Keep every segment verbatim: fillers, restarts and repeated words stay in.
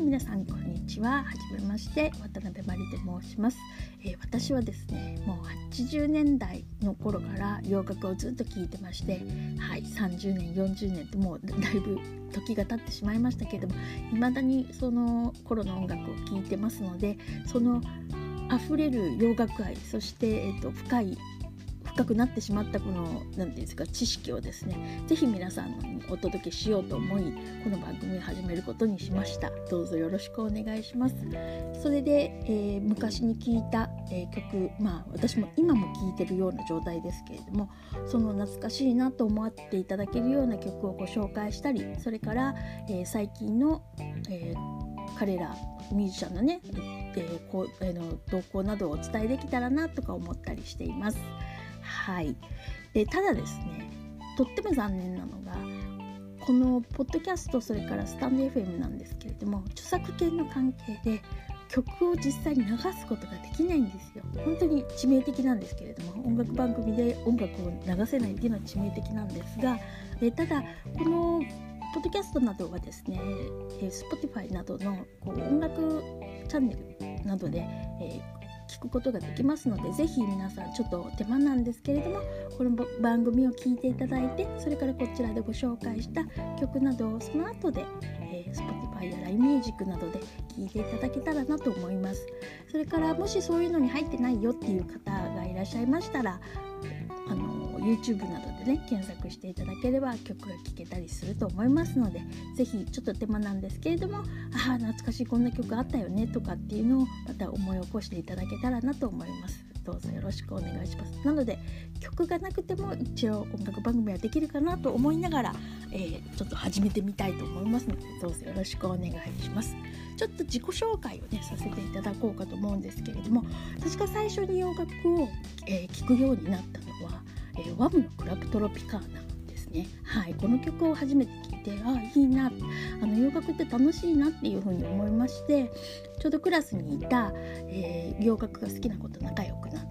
皆さんこんにちは。はじめまして、渡辺真理と申します。えー、私はですねもうはちじゅうねんだいの頃から洋楽をずっと聴いてまして、はい、さんじゅうねんよんじゅうねんともうだいぶ時が経ってしまいましたけれども、未だにその頃の音楽を聴いてますので、その溢れる洋楽愛、そして、えーと、深い深くなってしまったこのなんていうんですか知識をですね、ぜひ皆さんにお届けしようと思い、この番組を始めることにしました。どうぞよろしくお願いします。それで、えー、昔に聴いた、えー、曲、まあ私も今も聴いてるような状態ですけれども、その懐かしいなと思っていただけるような曲をご紹介したり、それから、えー、最近の、えー、彼らミュージシャンのね、えー、こう、えー、の動向などをお伝えできたらなとか思ったりしています。はい、でただですね、とっても残念なのがこのポッドキャスト、それからスタンド エフエム なんですけれども、著作権の関係で曲を実際に流すことができないんですよ。本当に致命的なんですけれども、音楽番組で音楽を流せないっていうのは致命的なんですが、えただこのポッドキャストなどはですね、え Spotify などのこう音楽チャンネルなどで、えー聞くことができますので、ぜひ皆さんちょっと手間なんですけれども、この番組を聞いていただいて、それからこちらでご紹介した曲などをその後で、えー、Spotify や ライン ミュージックなどで聞いていただけたらなと思います。それからもしそういうのに入ってないよっていう方がいらっしゃいましたら、あの YouTube などでね検索していただければ曲が聴けたりすると思いますので、ぜひちょっと手間なんですけれども、ああ懐かしいこんな曲あったよねとかっていうのをまた思い起こしていただけたらなと思います。どうぞよろしくお願いします。なので曲がなくても一応音楽番組はできるかなと思いながら、えー、ちょっと始めてみたいと思いますので、どうぞよろしくお願いします。ちょっと自己紹介をねさせていただこうかと思うんですけれども、私が最初に洋楽を、えー、聴くようになったのは、えー、ワムのクラブトロピカーナですね。はい、この曲を初めて聴いて、あいいな、あの洋楽って楽しいなっていうふうに思いまして、ちょうどクラスにいた、えー、洋楽が好きな子と仲良くなって、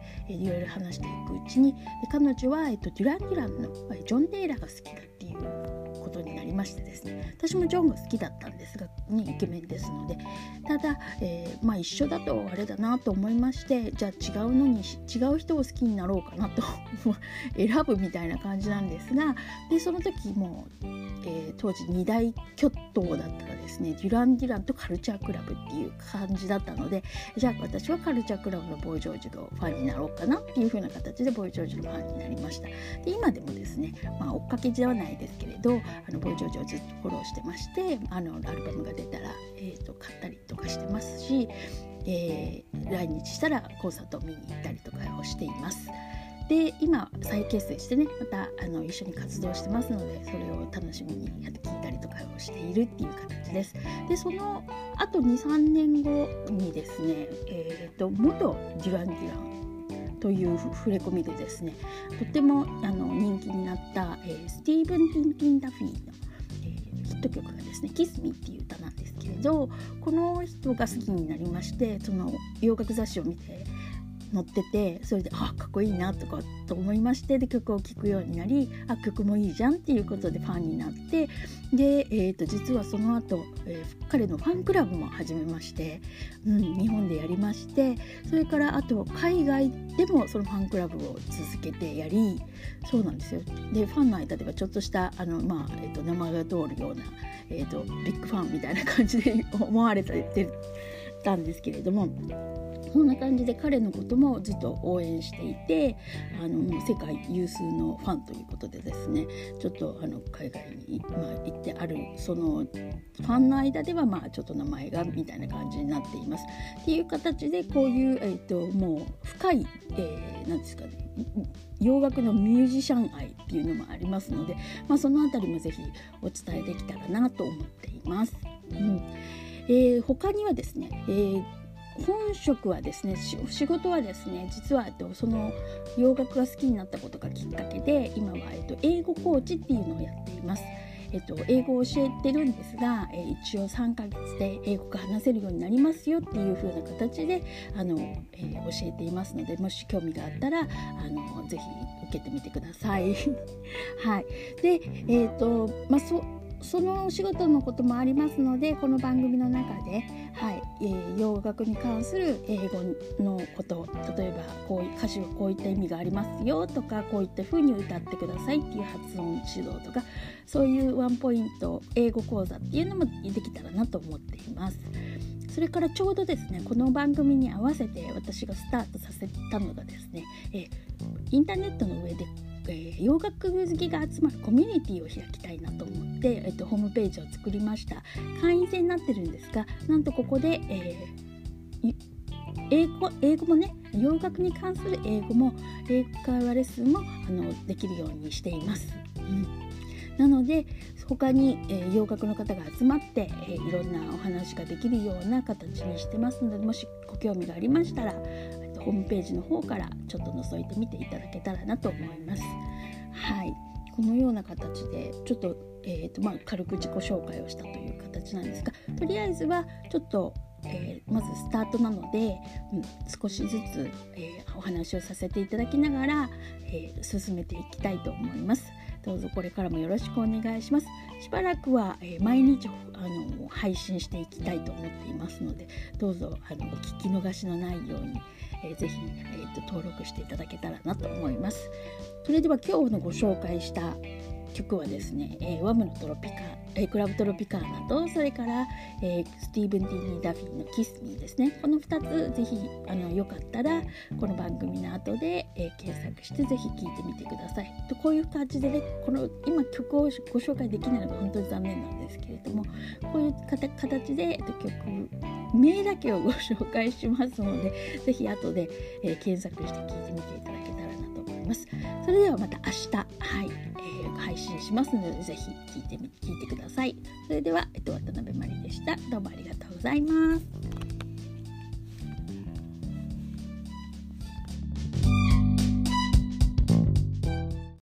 えー、いろいろ話していくうちに、で彼女は、えーと、デュラン・デュランの、えー、ジョン・テイラーが好きだっていうことになりましてですね、私もジョンが好きだったんですが、ね、イケメンですので、ただ、えーまあ、一緒だとあれだなと思いまして、じゃあ違うのに違う人を好きになろうかなと選ぶみたいな感じなんですが、でその時も、えー、当時二大巨頭だったらですね、デュラン・デュランとカルチャークラブっていう感じだったので、じゃあ私はカルチャークラブのボーイ・ジョージのファンになろうかなっていう風な形でボーイ・ジョージのファンになりました。で今でもですね、まあ、追っかけではないですけれど、あのボーイ・ジョージをずっとフォローしてまして、あのアルバムが出たら、えー、と買ったりとかしてますし、えー、来日したらコンサートを見に行ったりとかをしています。で今再結成してね、またあの一緒に活動してますので、それを楽しみに聞いたりとかをしているっていう形です。でそのあと にさんねんごにですね、えー、と元デュラン・デュランという触れ込みでですね、とてもあの人気になった、えー、スティーブン・ティンティン・ダフィーの、えー、ヒット曲がですね、キスミっていう歌なんですけれど、この人が好きになりまして、その洋楽雑誌を見て載ってて、それであかっこいいなとかと思いまして、で曲を聴くようになり、あ曲もいいじゃんっていうことでファンになって、で、えー、と実はその後、えー、彼のファンクラブも始めまして、うん、日本でやりまして、それからあと海外でもそのファンクラブを続けてやり、そうなんですよ。でファンの間ではちょっとしたあの、まあえー、と名前が通るような、えー、とビッグファンみたいな感じで思われてたんですけれども、そんな感じで彼のこともずっと応援していて、あの世界有数のファンということでですね、ちょっとあの海外に、まあ、行ってあるそのファンの間では、まあちょっと名前がみたいな感じになっていますっていう形で、こういう、えー、ともう深い、えー、なんですかね、洋楽のミュージシャン愛っていうのもありますので、まあ、そのあたりもぜひお伝えできたらなと思っています。うんえー、他にはですね、えー本職はですね、仕事はですね、実はその洋楽が好きになったことがきっかけで、今は英語コーチっていうのをやっています。えっと、英語を教えてるんですが、え一応さんかげつで英語が話せるようになりますよっていう風な形であの、えー、教えていますので、もし興味があったらあのぜひ受けてみてください。はい。で、えっとまあそうそのお仕事のこともありますので、この番組の中で、はいえー、洋楽に関する英語のこと、例えばこういう歌詞はこういった意味がありますよとか、こういった風に歌ってくださいっていう発音指導とか、そういうワンポイント英語講座っていうのもできたらなと思っています。それからちょうどですね、この番組に合わせて私がスタートさせたのがですね、えー、インターネットの上でえー、洋楽好きが集まるコミュニティを開きたいなと思って、えっと、ホームページを作りました。会員制になってるんですが、なんとここで、えー、英語、英語もね、洋楽に関する英語も英会話レッスンもあのできるようにしています、うん、なので他に、えー、洋楽の方が集まって、えー、いろんなお話ができるような形にしてますので、もしご興味がありましたらホームページの方からちょっと覗いてみていただけたらなと思います。はい、このような形でちょっと、えーとまあ、軽く自己紹介をしたという形なんですが、とりあえずはちょっと、えー、まずスタートなので、うん、少しずつ、えー、お話をさせていただきながら、えー、進めていきたいと思います。どうぞこれからもよろしくお願いします。しばらくは、えー、毎日あの配信していきたいと思っていますので、どうぞあのお聞き逃しのないようにえー、ぜひ、えー、と登録していただけたらなと思います。それでは今日のご紹介した曲はですね、えー、ワムのトロピカ、えー、クラブトロピカーナと、それから、えー、スティーブン・ディーニー・ダフィーのキスミーですね。このふたつぜひあのよかったらこの番組の後で、えー、検索してぜひ聴いてみてください。とこういう感じでね、この今曲をご紹介できないのが本当に残念なんですけれども、こういう形で、えっと、曲名だけをご紹介しますので、ぜひ後で、えー、検索して聴いてみていただけたらなと思います。それではまた明日、はいえー、配信しますので、ぜひ聴いてみ聞いてください。それでは、えっと、渡辺真理でした。どうもありがとうございます。